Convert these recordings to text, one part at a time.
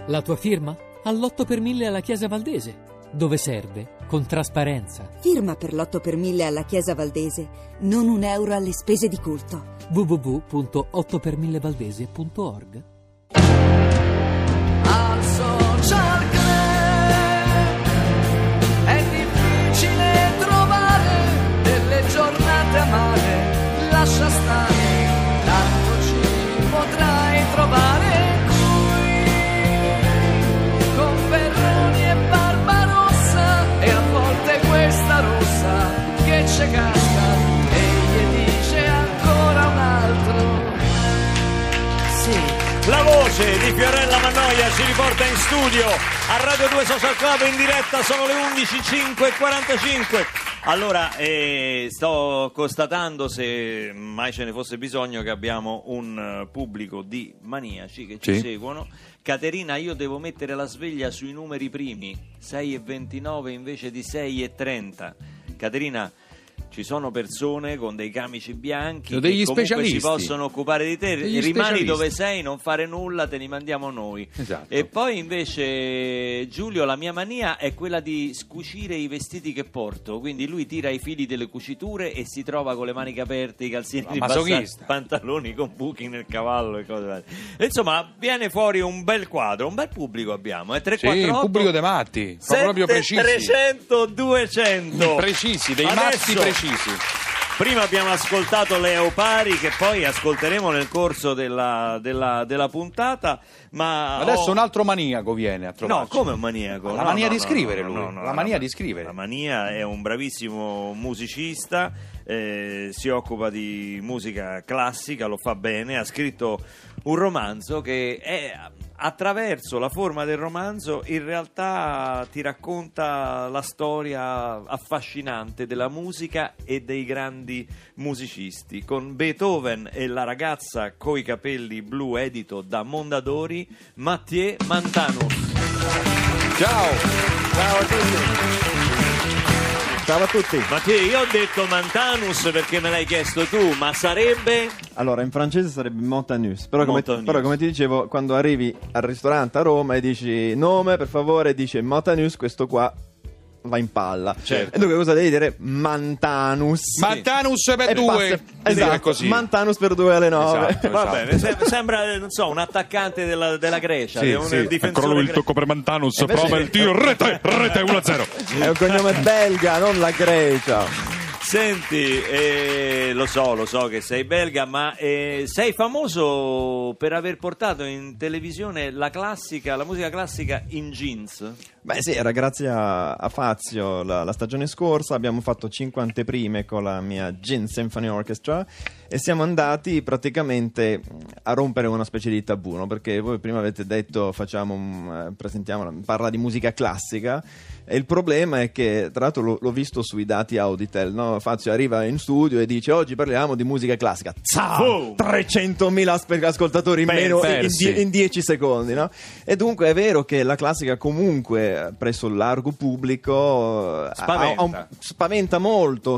La tua firma? All'8 per 1000 alla Chiesa Valdese, dove serve con trasparenza. Firma per l'8 per 1000 alla Chiesa Valdese, non €1 alle spese di culto. www.8per1000valdese.org. Al Social Club è difficile trovare delle giornate amare, lascia stare, tanto ci potrai trovare qui con Perroni e Barbarossa, e a volte questa rossa che c'è casca e gli dice ancora un altro sì. La voce di Fiorella Mannoia ci riporta in studio a Radio 2 Social Club in diretta, sono le 11:05:45. Allora, sto constatando, se mai ce ne fosse bisogno, che abbiamo un pubblico di maniaci che ci seguono. Caterina, io devo mettere la sveglia sui numeri primi, 6:29 invece di 6:30. Caterina, ci sono persone con dei camici bianchi che degli comunque specialisti. si possono occupare di te. Degli Rimani specialisti. dove sei, non fare nulla, te li mandiamo noi. Esatto. E poi invece, Giulio, la mia mania è quella di scucire i vestiti che porto, quindi lui tira i fili delle cuciture e si trova con le maniche aperte, i calzini ribassati, masochista. pantaloni con buchi nel cavallo e cose varie. E insomma, viene fuori un bel quadro, un bel pubblico abbiamo, Sì, 348 un pubblico dei matti, proprio precisi. 300 200 Precisi, dei Adesso, matti precisi. Prima abbiamo ascoltato Leo Pari, che poi ascolteremo nel corso della puntata, ma Adesso un altro maniaco viene a trovarci. No, come un maniaco? La mania di scrivere lui, la mania di scrivere. La mania è un bravissimo musicista, si occupa di musica classica, lo fa bene, ha scritto un romanzo che è, attraverso la forma del romanzo, in realtà ti racconta la storia affascinante della musica e dei grandi musicisti, con Beethoven e la ragazza coi capelli blu, edito da Mondadori, Mathieu Mantanus. Ciao. Ciao a tutti. Ciao a tutti. Mathieu, io ho detto Mantanus perché me l'hai chiesto tu, ma sarebbe? Allora, in francese sarebbe Montanus, però come ti dicevo, quando arrivi al ristorante a Roma e dici nome, per favore, dice Montanus, questo qua va in palla. Certo. E dunque cosa devi dire? Mantanus. Mantanus per E due. esatto, così. Mantanus per 2 alle 9. Esatto, Va esatto. bene, sembra, non so, un attaccante della Grecia, Sì, un sì. difensore il tocco per Mantanus, Invece- prova il tiro, rete 1-0. È un cognome belga, non la Grecia. Senti, lo so che sei belga, ma sei famoso per aver portato in televisione la musica classica in jeans? Beh sì, era grazie a Fazio la stagione scorsa, abbiamo fatto 5 anteprime con la mia Jeans Symphony Orchestra e siamo andati praticamente a rompere una specie di tabù, no? Perché voi prima avete detto parla di musica classica e il problema è che, tra l'altro l'ho visto sui dati Auditel, no? Fazio arriva in studio e dice oggi parliamo di musica classica, 300.000 ascoltatori in meno in 10 secondi, no? E dunque è vero che la classica comunque presso il largo pubblico spaventa molto,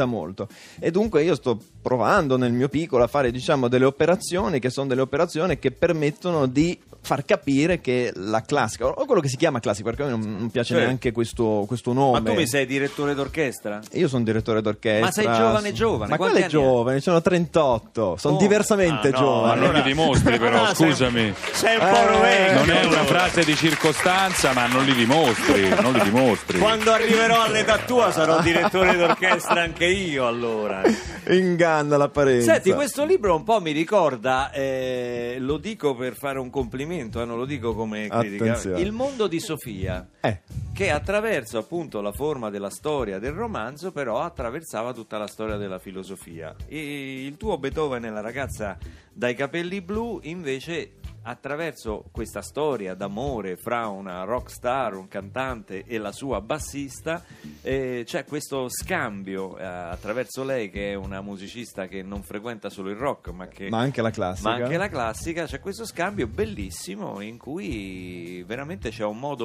e dunque io sto provando nel mio piccolo a fare, diciamo, delle operazioni che sono delle operazioni che permettono di far capire che la classica, o quello che si chiama classica, perché a me non piace neanche questo nome. Ma tu mi sei direttore d'orchestra? Io sono direttore d'orchestra. Ma sei giovane? Ma quello è giovane, sono 38, sono diversamente giovane. Non li dimostri però, scusami. Sei un po' rovente. Non è una frase di circostanza, ma non li dimostri. Quando arriverò all'età tua sarò direttore d'orchestra anche io, allora. Inganna l'apparenza. Senti, questo libro un po' mi ricorda, lo dico per fare un complimento, non lo dico come critica, Attenzione. Il mondo di Sofia, che attraverso appunto la forma della storia del romanzo però attraversava tutta la storia della filosofia. E il tuo Beethoven e la ragazza dai capelli blu invece, attraverso questa storia d'amore fra una rock star, un cantante e la sua bassista, c'è questo scambio attraverso lei, che è una musicista che non frequenta solo il rock ma anche la classica. C'è questo scambio bellissimo in cui veramente c'è un modo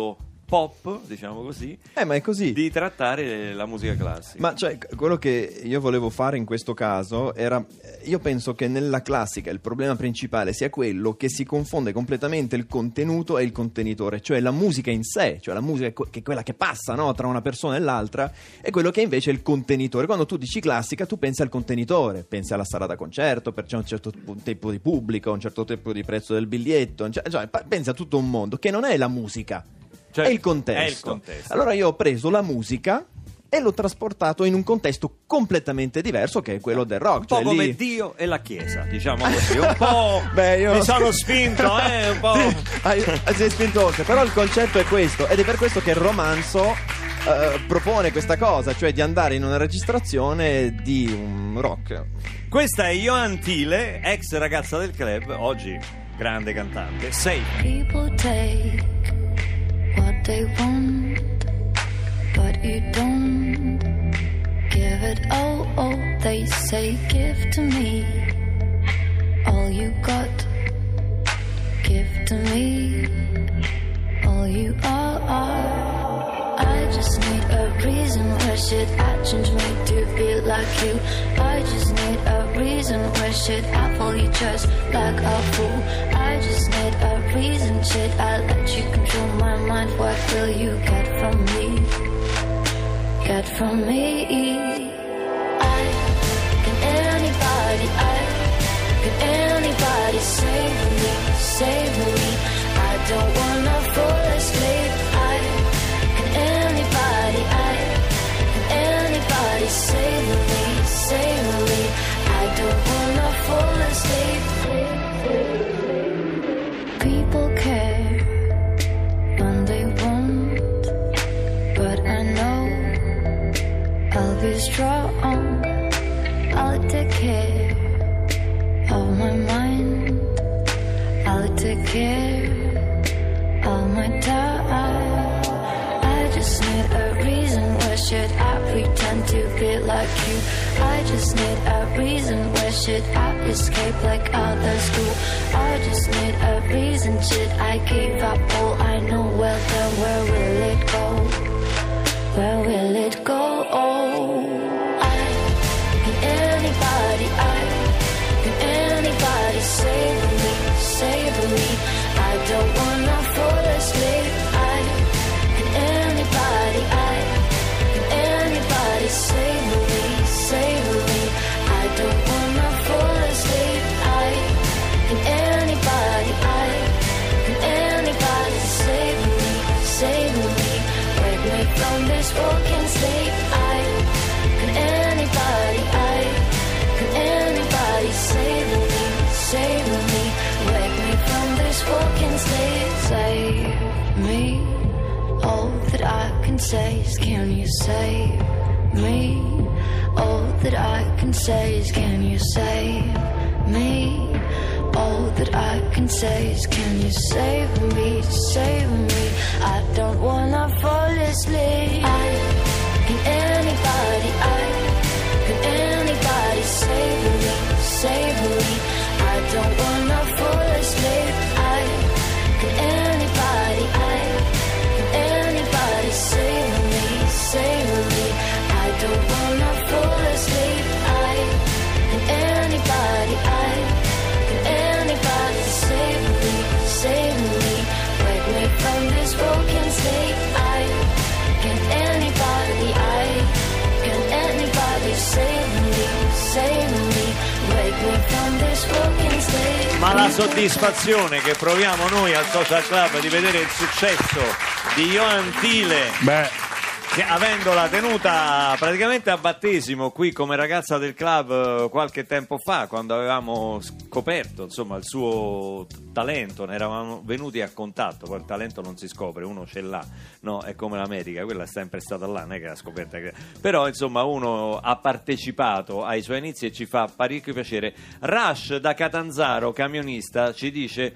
pop, diciamo così, ma è così. di trattare la musica classica. Ma cioè, quello che io volevo fare in questo caso era, io penso che nella classica il problema principale sia quello che si confonde completamente il contenuto e il contenitore, cioè la musica in sé, cioè la musica che è quella che passa, no, tra una persona e l'altra, e quello che è invece il contenitore. Quando tu dici classica, tu pensi al contenitore, pensi alla sala da concerto, perché c'è un certo tipo di pubblico, un certo tipo di prezzo del biglietto, cioè pensi a tutto un mondo che non è la musica. Cioè, è il contesto. Allora io ho preso la musica e l'ho trasportato in un contesto completamente diverso, che è quello del rock. Un po' cioè come lì... Dio e la Chiesa, diciamo così. Un po' mi sono spinto, un po'. Si è spinto oltre, però il concetto è questo, ed è per questo che il romanzo propone questa cosa, cioè di andare in una registrazione di un rock. Questa è Joan Thiele, ex ragazza del club, oggi grande cantante. Sei. People take what they want, but you don't give it. Oh, oh, they say give to me all you got, give to me all you are. I just need a reason why should I change me to be like you. I just need a reason why should I follow you just like a fool. I just need a reason, should I let you control my mind? What will you get from me? Get from me? Can anybody save me? I don't wanna fall asleep. Can anybody save me? I don't wanna fall asleep. People care when they want, but I know I'll be strong. I'll take care of my mind. I'll take care of my time. I just need a reason, why should I pretend to be like you? I just need a reason, why should I escape like others do? I just need a reason, should I give up all I know? Well then where will it go? Where will it go? Can anybody save me? I don't wanna fall asleep. Can anybody save me? I don't wanna fall asleep. Can anybody save me? Wake me from this walking state. Can anybody save me? Wake me from this walking state. Save me. All that I can say is, can you save me? All that I can say is, can you save me? All that I can say is, can you save me? Save me. I don't wanna fall asleep. Can anybody save me? Save me. I don't wanna fall asleep. Can anybody save me? Save me. I don't wanna fall asleep. Can anybody save me? Save me. Wake me from this broken state. Can anybody save me? Save me. Wake me from this broken state. Ma la soddisfazione che proviamo noi al Social Club di vedere il successo di Joan Thiele, che avendola tenuta praticamente a battesimo qui come ragazza del club qualche tempo fa, quando avevamo scoperto insomma il suo talento, ne eravamo venuti a contatto. Poi il talento non si scopre, uno ce l'ha, no? È come l'America, quella è sempre stata là, non è che l'ha scoperta. Però insomma uno ha partecipato ai suoi inizi e ci fa parecchio piacere. Rush da Catanzaro, camionista, ci dice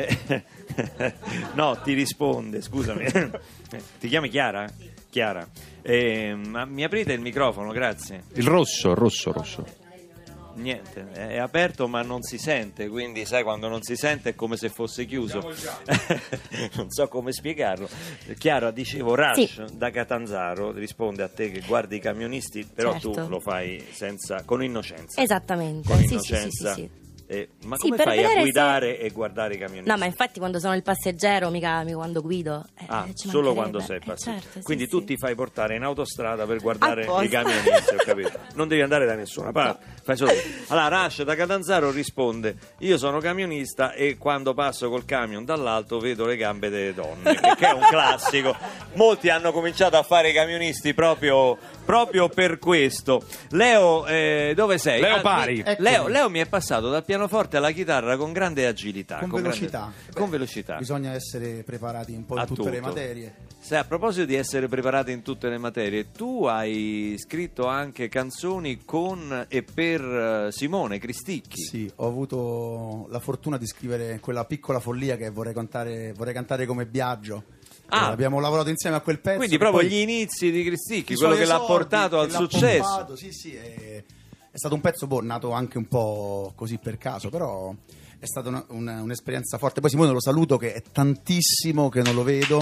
no, ti risponde, scusami. Ti chiami Chiara? Chiara, mi aprite il microfono, grazie. Il rosso. Niente, è aperto ma non si sente, quindi sai, quando non si sente è come se fosse chiuso. Non so come spiegarlo. Chiara, dicevo, Rush da Catanzaro risponde a te che guardi i camionisti, però Certo. tu lo fai con innocenza. Esattamente. Con Sì, innocenza. sì. Ma Sì, come per fai a vedere guidare e guardare i camionisti? No, ma infatti quando sono il passeggero, mica quando guido. Solo ci mancherebbe. quando sei passaggero. Certo, sì, Quindi tu sì. ti fai portare in autostrada per guardare Apposta. i camionisti, ho capito. Non devi andare da nessuna parte, fai solo. Allora Rush da Catanzaro risponde: io sono camionista e quando passo col camion dall'alto vedo le gambe delle donne, che è un classico. Molti hanno cominciato a fare i camionisti proprio per questo. Leo, dove sei? Leo Pari. Leo mi è passato dal pianoforte alla chitarra con grande agilità, Con velocità. Con velocità. Bisogna essere preparati un po' in tutte le materie. Sai, a proposito di essere preparati in tutte le materie, tu hai scritto anche canzoni con e per Simone Cristicchi. Sì, ho avuto la fortuna di scrivere quella piccola follia che vorrei cantare come Biagio. Abbiamo lavorato insieme a quel pezzo. Quindi proprio gli inizi di Cristicchi, i quello suoi che l'ha esordi, portato al che l'ha successo. pompato, sì, è stato un pezzo nato anche un po' così per caso, però è stata un'esperienza forte. Poi Simone lo saluto, che è tantissimo che non lo vedo.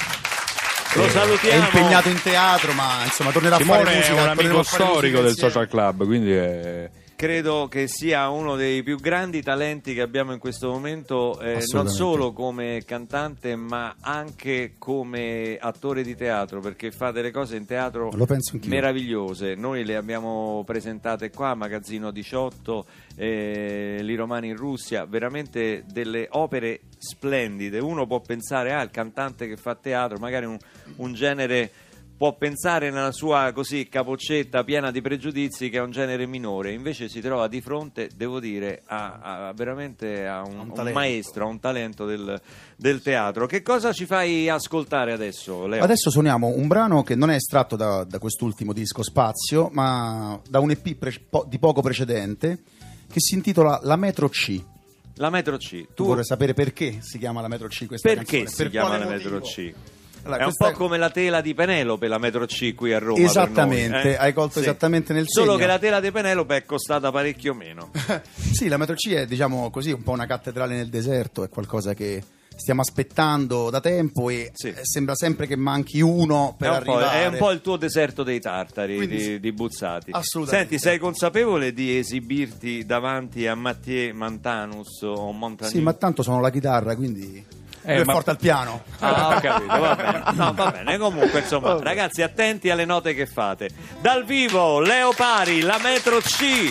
Lo salutiamo. È impegnato in teatro, ma insomma tornerà a fare Simone musica. è un torneremo amico a fare musica storico del insieme. Social Club, quindi è... Credo che sia uno dei più grandi talenti che abbiamo in questo momento, non solo come cantante ma anche come attore di teatro, perché fa delle cose in teatro Lo penso anch'io. meravigliose. Noi le abbiamo presentate qua, Magazzino 18, Li Romani in Russia, veramente delle opere splendide. Uno può pensare, il cantante che fa teatro, magari un genere... può pensare nella sua così capoccetta piena di pregiudizi che è un genere minore, invece si trova di fronte, devo dire, veramente a un maestro, a un talento del teatro. Che cosa ci fai ascoltare adesso, Leo? Adesso suoniamo un brano che non è estratto da quest'ultimo disco Spazio, ma da un EP di poco precedente, che si intitola La Metro C. La Metro C. Tu vorrei sapere perché si chiama La Metro C questa perché canzone? si chiama quale La motivo? Metro C? Allora, è un po' come la tela di Penelope, la Metro C qui a Roma. Esattamente, per noi, hai colto esattamente nel segno. Solo che la tela di Penelope è costata parecchio meno. Sì, la Metro C è, diciamo così, un po' una cattedrale nel deserto, è qualcosa che stiamo aspettando da tempo e sembra sempre che manchi uno per arrivare. È un po' il tuo deserto dei tartari. Quindi, di Buzzati. Assolutamente. Senti, sei consapevole di esibirti davanti a Mathieu Mantanus o Montagnier? Sì, ma tanto sono la chitarra, quindi lui è forte al piano. Ho capito, va bene. No, va bene. Comunque, insomma, ragazzi, attenti alle note che fate. Dal vivo, Leo Pari, La Metro C.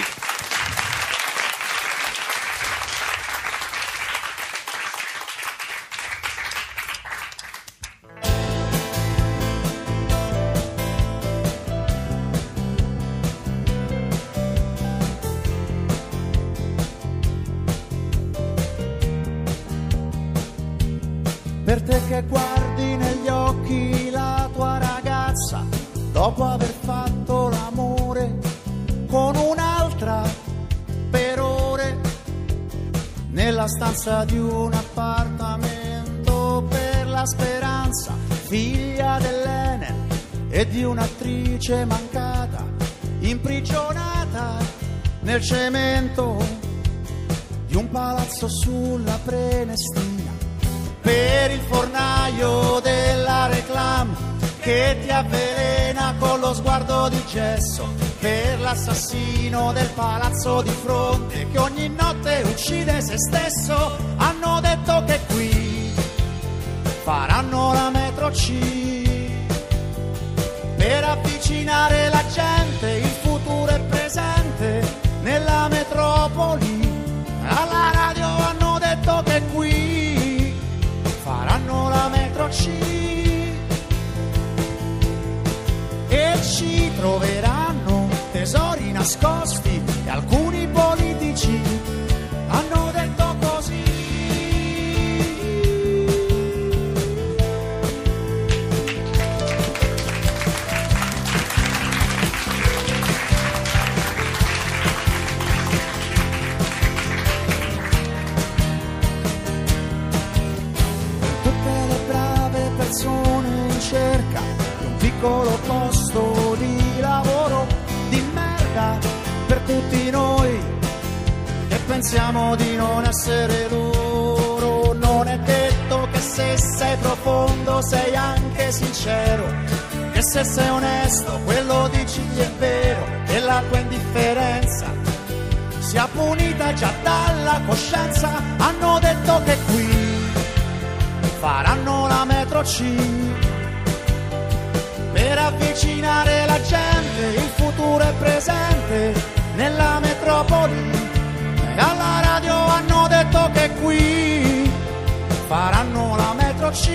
Per te che guardi negli occhi la tua ragazza, dopo aver fatto l'amore con un'altra per ore, nella stanza di un appartamento per la Speranza, figlia dell'Enel e di un'attrice mancata, imprigionata nel cemento di un palazzo sulla Prenestina. Per il fornaio della reclame che ti avvelena con lo sguardo di gesso, per l'assassino del palazzo di fronte che ogni notte uccide se stesso, hanno detto che qui faranno la Metro C per avvicinare la gente, il futuro e presente nella metropoli. Alla radio hanno detto che qui faranno la Metro C e ci troveranno tesori nascosti e alcuni politici hanno detto così. Persone in cerca di un piccolo posto di lavoro di merda per tutti noi pensiamo di non essere loro. Non è detto che se sei profondo sei anche sincero, che se sei onesto quello dici è vero, e la tua indifferenza sia punita già dalla coscienza. Hanno detto che qui faranno la metro C per avvicinare la gente, il futuro è presente nella metropoli. E alla radio hanno detto che qui faranno la metro C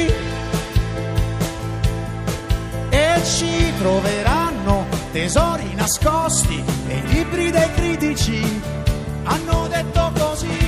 e ci troveranno tesori nascosti e i libri dei critici. Hanno detto così.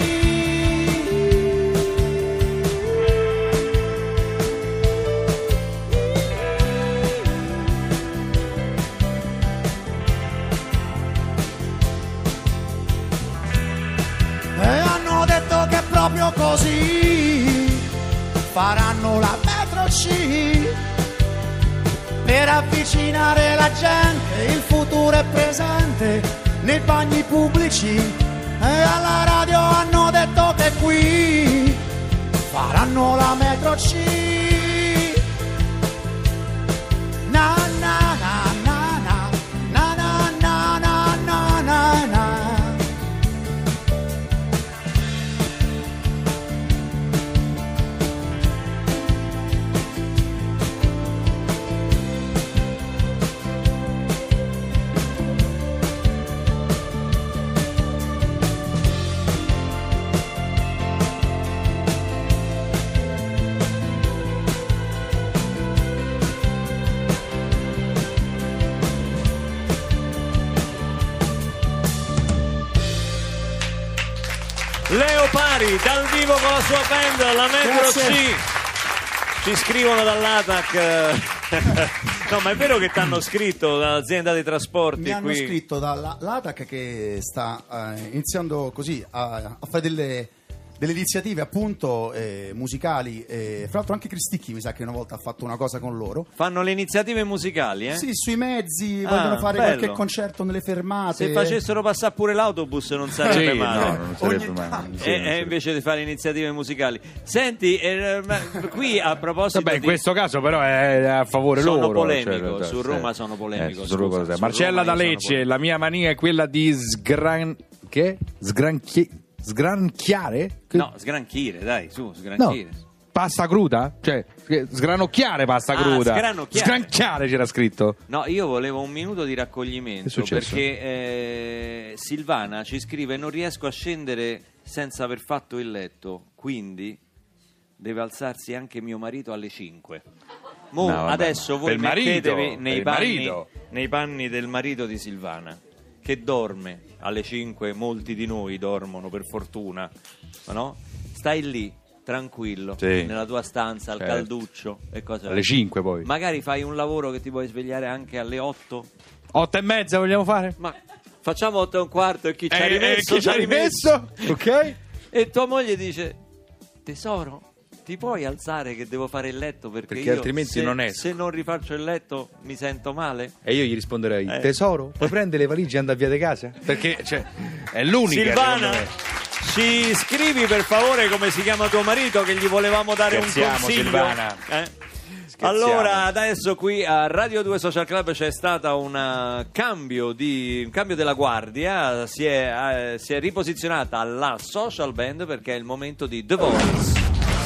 E hanno detto che proprio così faranno la metro C per avvicinare la gente, il futuro è presente nei bagni pubblici. E alla radio hanno detto che qui faranno la metro C. Na na na na na na na na na na na na. Leo Pari dal vivo con la sua band, la Metro C. Ci scrivono dall'ATAC. No, ma è vero che ti hanno scritto dall'azienda dei trasporti? Mi hanno qui? scritto dall'ATAC che sta iniziando così a fare delle iniziative appunto musicali. Fra l'altro anche Cristicchi mi sa che una volta ha fatto una cosa con loro. Fanno le iniziative musicali, eh? Sì, sui mezzi, vogliono fare bello. qualche concerto nelle fermate. Se facessero passare pure l'autobus non sarebbe Sì, male. no, non sarebbe male. Sì, non sarebbe. Invece di fare iniziative musicali. Senti, ma qui a proposito Vabbè, in di... questo caso però è a favore Sono loro. polemico, cioè, su Roma sono polemico. su Roma, scusa, su Marcella Roma da io sono Lecce, la mia mania è quella di sgranchiare? No, sgranchire, dai, su, sgranchire. No. Pasta cruda? Cioè, sgranocchiare pasta cruda. sgranocchiare. Sgranchiare c'era scritto. No, io volevo un minuto di raccoglimento Che è successo? perché Silvana ci scrive: non riesco a scendere senza aver fatto il letto, quindi deve alzarsi anche mio marito alle 5. Mo, No, vabbè, adesso voi per il marito, mettetevi per il nei panni del marito di Silvana, che dorme alle 5, molti di noi dormono per fortuna, no? Stai lì tranquillo, Sì. nella tua stanza al Certo. calduccio e cosa Alle 5 poi. magari fai un lavoro che ti puoi svegliare anche alle 8, 8:30 vogliamo fare? ma facciamo 8:15 e chi ci ha rimesso chi ci ha rimesso? Ok. e tua moglie dice: tesoro, ti puoi alzare che devo fare il letto perché Perché io, altrimenti non esco. se non rifaccio il letto mi sento male. E io gli risponderei: tesoro, puoi prendere le valigie e andare via di casa? Perché cioè, è l'unica. Silvana, secondo me. ci scrivi per favore come si chiama tuo marito, che gli volevamo dare Scherziamo, un consiglio. Silvana. Allora, adesso qui a Radio 2 Social Club c'è stato un cambio della guardia, si è riposizionata la social band perché è il momento di The Voice.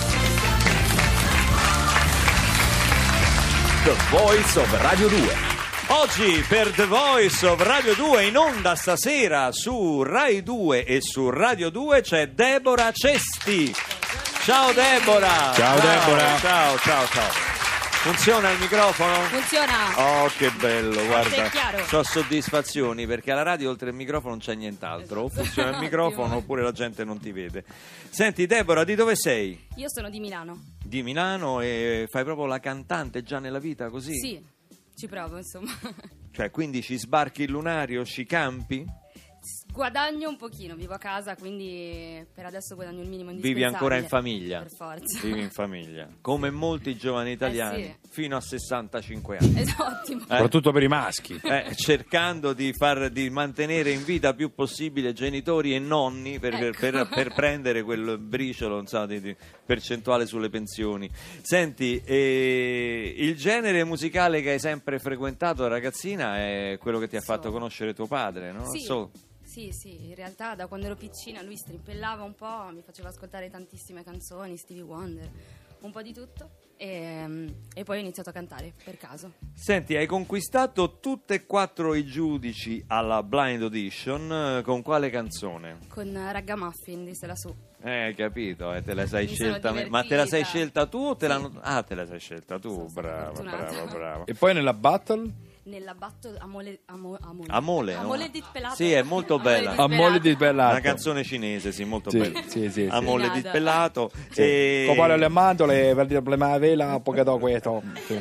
The Voice of Radio 2. Oggi per The Voice of Radio 2 in onda stasera su Rai 2 e su Radio 2 c'è Deborah Cesti. Ciao Deborah. Ciao Deborah. Ciao. Funziona il microfono? Funziona. Oh, che bello, guarda. È chiaro. So soddisfazioni perché alla radio oltre il microfono non c'è nient'altro. O funziona il microfono oppure la gente non ti vede. Senti Deborah, di dove sei? Io sono di Milano. Di Milano, e fai proprio la cantante già nella vita così? Sì, ci provo, insomma. Cioè, quindi ci sbarchi il lunario, ci campi? Guadagno un pochino, vivo a casa, quindi per adesso guadagno il minimo indispensabile. Vivi ancora in famiglia? Per forza. Vivi in famiglia, come molti giovani italiani, sì. fino a 65 anni. Ottimo. Soprattutto per i maschi. Cercando di mantenere in vita più possibile genitori e nonni per prendere quel briciolo, non so, di percentuale sulle pensioni. Senti, il genere musicale che hai sempre frequentato, ragazzina, è quello che ti ha fatto conoscere tuo padre, no? Sì, in realtà da quando ero piccina lui strimpellava un po', mi faceva ascoltare tantissime canzoni, Stevie Wonder, un po' di tutto, e poi ho iniziato a cantare per caso. Senti, hai conquistato tutte e 4 i giudici alla Blind Audition, con quale canzone? Con Ragamuffin di Stella Su. Hai capito, te la sei scelta, divertita. ma te la sei scelta tu o te Sì. l'hanno... Ah, te la sei scelta tu, brava. E poi nella battle? Nella battle Amole, Amole di Pelato. Sì, è molto bella. Amole di Pelato. Una canzone cinese, sì, molto bella. Sì. Amole di Pelato. Copare le mandorle, per dire la vela, poche do questo. Sì.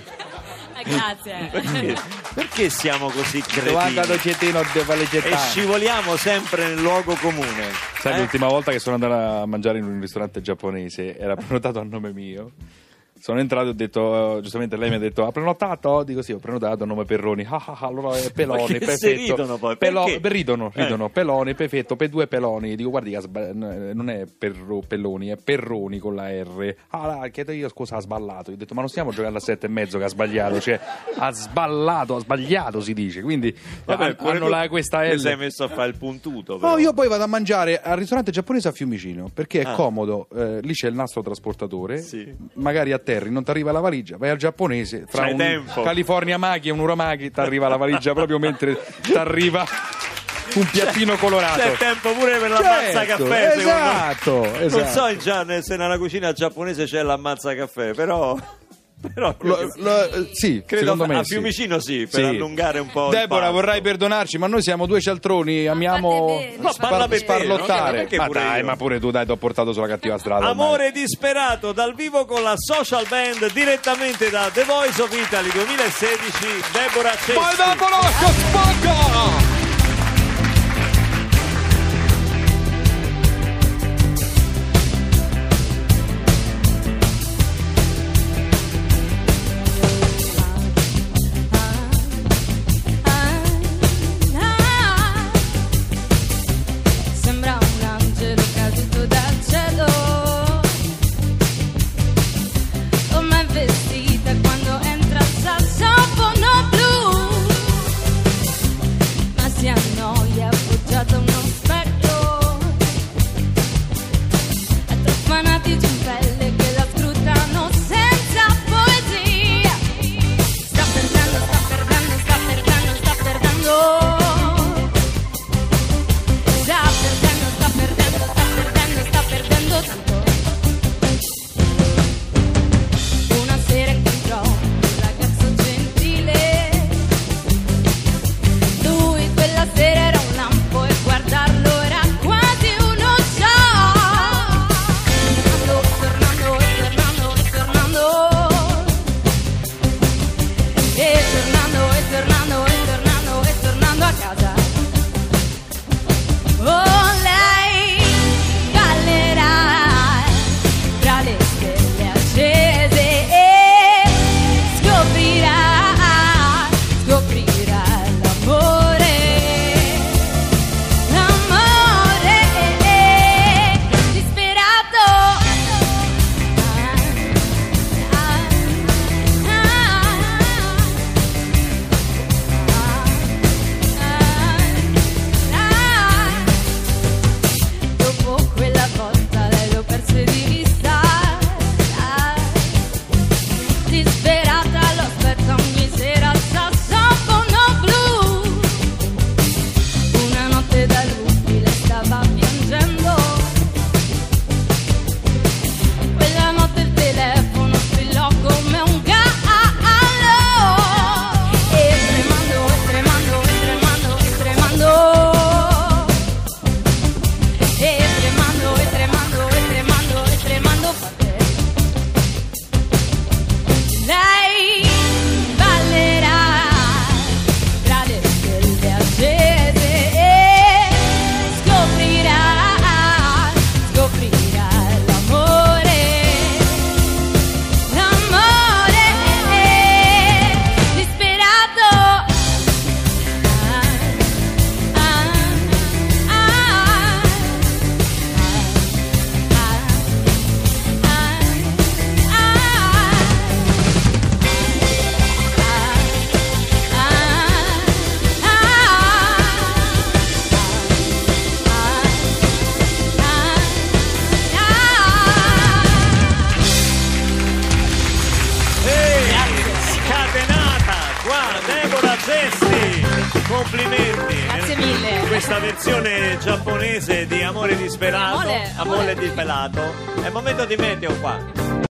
Grazie. Perché siamo così cretini? E scivoliamo sempre nel luogo comune. Sai, l'ultima volta che sono andato a mangiare in un ristorante giapponese era prenotato a nome mio. Sono entrato e ho detto, giustamente lei mi ha detto: ha prenotato? Dico sì, ho prenotato a nome Perroni. Allora è Peloni, perfetto. Ridono poi, ridono. Peloni, perfetto, per 2 Peloni. Dico, guardi, non è Pelloni, è Perroni con la R. Ah, chiedo io, scusa, ha sballato. Io ho detto, ma non stiamo giocando a 7,5 che ha sbagliato, cioè ha sbagliato si dice, quindi hanno questa L. Ti sei messo a fare il puntuto, però. No, io poi vado a mangiare al ristorante giapponese a Fiumicino, perché è comodo, lì c'è il nastro trasportatore, magari a terra non ti arriva la valigia, vai al giapponese, tra un tempo. California Maki e un Uramaki ti arriva la valigia proprio mentre ti arriva un piattino colorato. C'è tempo pure per l'ammazza caffè. Esatto. Non so se nella cucina giapponese c'è l'ammazza caffè, però sì, credo secondo me a Fiumicino per allungare un po'. Deborah, vorrai perdonarci, ma noi siamo 2 cialtroni, amiamo sparlottare. Ma dai, ma pure tu, dai, ti ho portato sulla cattiva strada. Amore disperato dal vivo con la social band direttamente da The Voice of Italy 2016, Deborah Cessi. Poi dopo lo spacco! Quando entra il sassofono blu questa versione giapponese di Amore disperato, Amore. Amore disperato. È il momento di meteo qua.